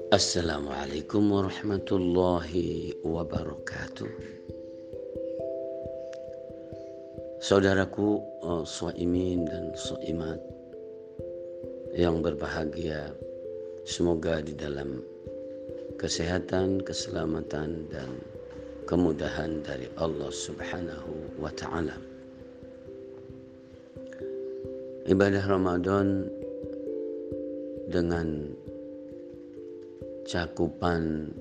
Assalamualaikum warahmatullahi wabarakatuh. Saudaraku shaimin dan shaimat yang berbahagia, semoga di dalam kesehatan, keselamatan dan kemudahan dari Allah Subhanahu wa taala. Ibadah Ramadan dengan cakupan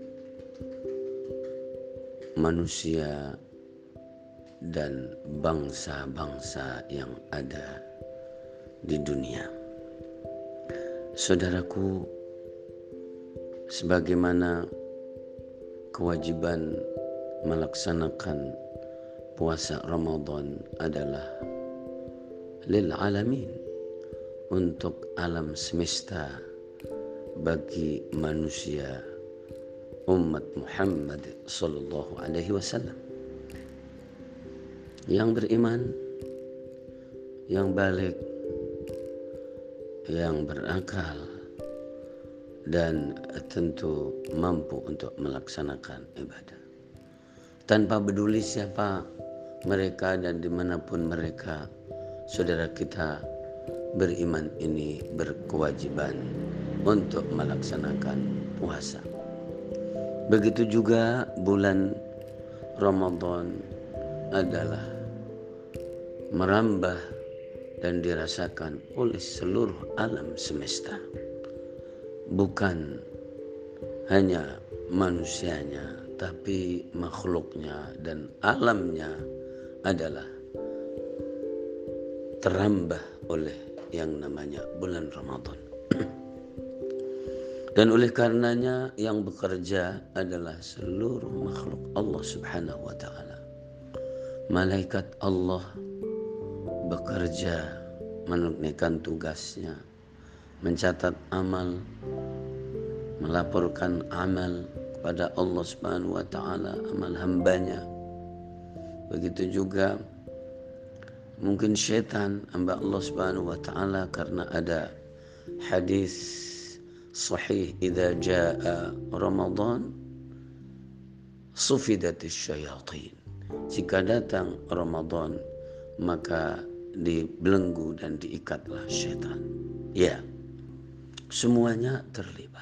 manusia dan bangsa-bangsa yang ada di dunia. Saudaraku, sebagaimana kewajiban melaksanakan puasa Ramadan adalah lil alamin, untuk alam semesta, bagi manusia umat Muhammad sallallahu alaihi wasallam yang beriman, yang balik, yang berakal, dan tentu mampu untuk melaksanakan ibadah. Tanpa peduli siapa mereka dan dimanapun mereka, saudara kita beriman ini berkewajiban untuk melaksanakan puasa. Begitu juga bulan Ramadan adalah merambah dan dirasakan oleh seluruh alam semesta. Bukan hanya manusianya, tapi makhluknya dan alamnya adalah terambah oleh yang namanya bulan Ramadan. Dan oleh karenanya yang bekerja adalah seluruh makhluk Allah Subhanahu wa taala. Malaikat Allah bekerja menunaikan tugasnya, mencatat amal, melaporkan amal kepada Allah Subhanahu wa taala, amal hambanya. Begitu juga mungkin syaitan, hamba Allah Subhanahu wa taala, karena ada hadis sahih, idza jaa Ramadan sufidatis syayatin. Jika datang Ramadan, maka dibelenggu dan diikatlah syaitan. Ya, semuanya terlibat.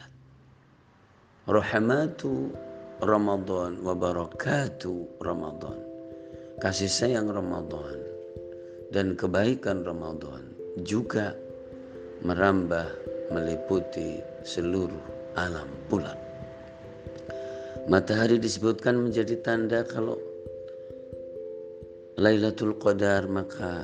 Rahmatu Ramadan wa barakatuh Ramadan. Kasih sayang Ramadan dan kebaikan Ramadan juga merambah meliputi seluruh alam pula. Matahari disebutkan menjadi tanda kalau Lailatul Qadar, maka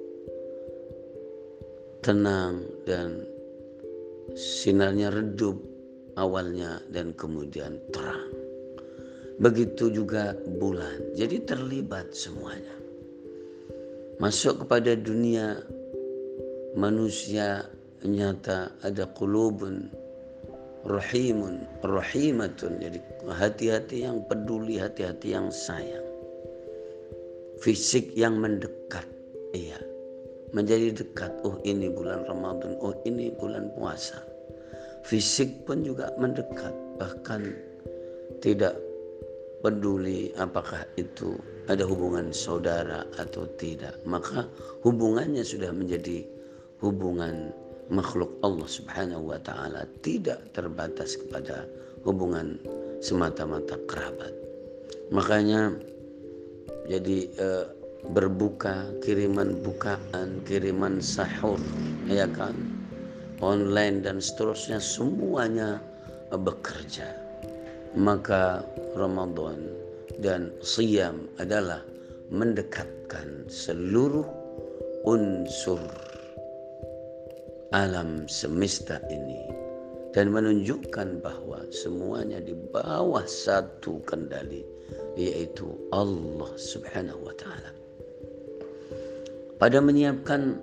tenang dan sinarnya redup awalnya dan kemudian terang. Begitu juga bulan. Jadi terlibat semuanya. Masuk kepada dunia manusia, nyata ada qulubun rahimun rahimatun, jadi hati-hati yang peduli, hati-hati yang sayang. Fisik yang mendekat, iya, menjadi dekat. Oh, ini bulan Ramadan, oh ini bulan puasa. Fisik pun juga mendekat, bahkan tidak peduli apakah itu ada hubungan saudara atau tidak, maka hubungannya sudah menjadi hubungan makhluk Allah Subhanahu wa taala, tidak terbatas kepada hubungan semata-mata kerabat. Makanya jadi berbuka, kiriman bukaan, kiriman sahur, ya kan, online dan seterusnya, semuanya bekerja. Maka Ramadan dan Siyam adalah mendekatkan seluruh unsur alam semesta ini dan menunjukkan bahwa semuanya di bawah satu kendali, yaitu Allah Subhanahu wa taala. Pada menyiapkan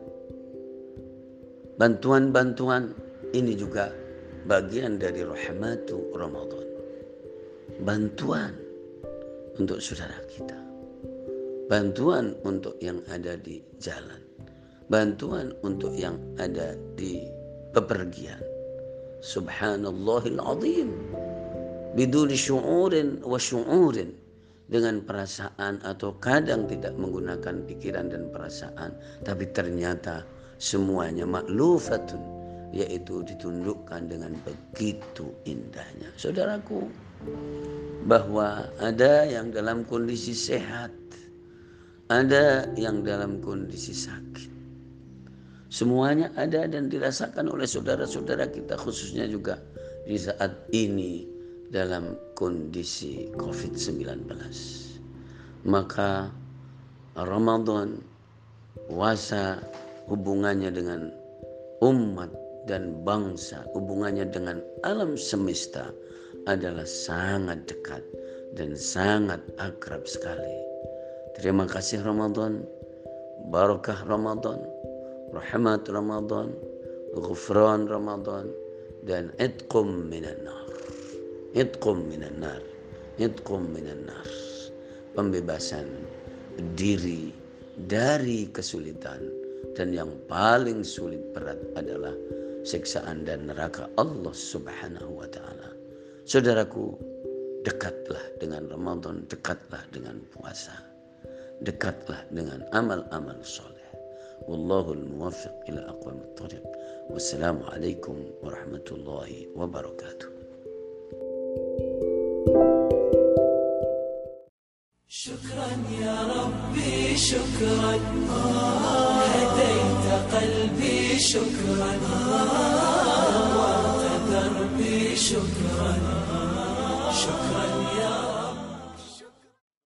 bantuan-bantuan ini juga bagian dari rahmatu Ramadan. Bantuan untuk saudara kita, bantuan untuk yang ada di jalan, bantuan untuk yang ada di bepergian, Subhanallahil azim. Biduni syu'urin wa syu'urin. Dengan perasaan atau kadang tidak menggunakan pikiran dan perasaan. Tapi ternyata semuanya maklufatun, yaitu ditundukkan dengan begitu indahnya. Saudaraku, bahwa ada yang dalam kondisi sehat, ada yang dalam kondisi sakit. Semuanya ada dan dirasakan oleh saudara-saudara kita, khususnya juga di saat ini dalam kondisi COVID-19. Maka Ramadan, puasa, hubungannya dengan umat dan bangsa, hubungannya dengan alam semesta adalah sangat dekat dan sangat akrab sekali. Terima kasih Ramadan, barakah Ramadan, rahmat Ramadan, ghufran Ramadan, dan itqum minan nar. Itqum minan nar. Itqum minan nar. Pembebasan diri dari kesulitan, dan yang paling sulit berat adalah siksaan dan neraka Allah Subhanahu wa taala. Saudaraku, dekatlah dengan Ramadan, dekatlah dengan puasa, dekatlah dengan amal-amal soleh. Wallahul muwaffiq ila aqwamit thariq. Wassalamualaikum warahmatullahi wabarakatuh. شكرا يا ربي شكرا هديت قلبي شكرا نورت دربي شكرا شكرا يا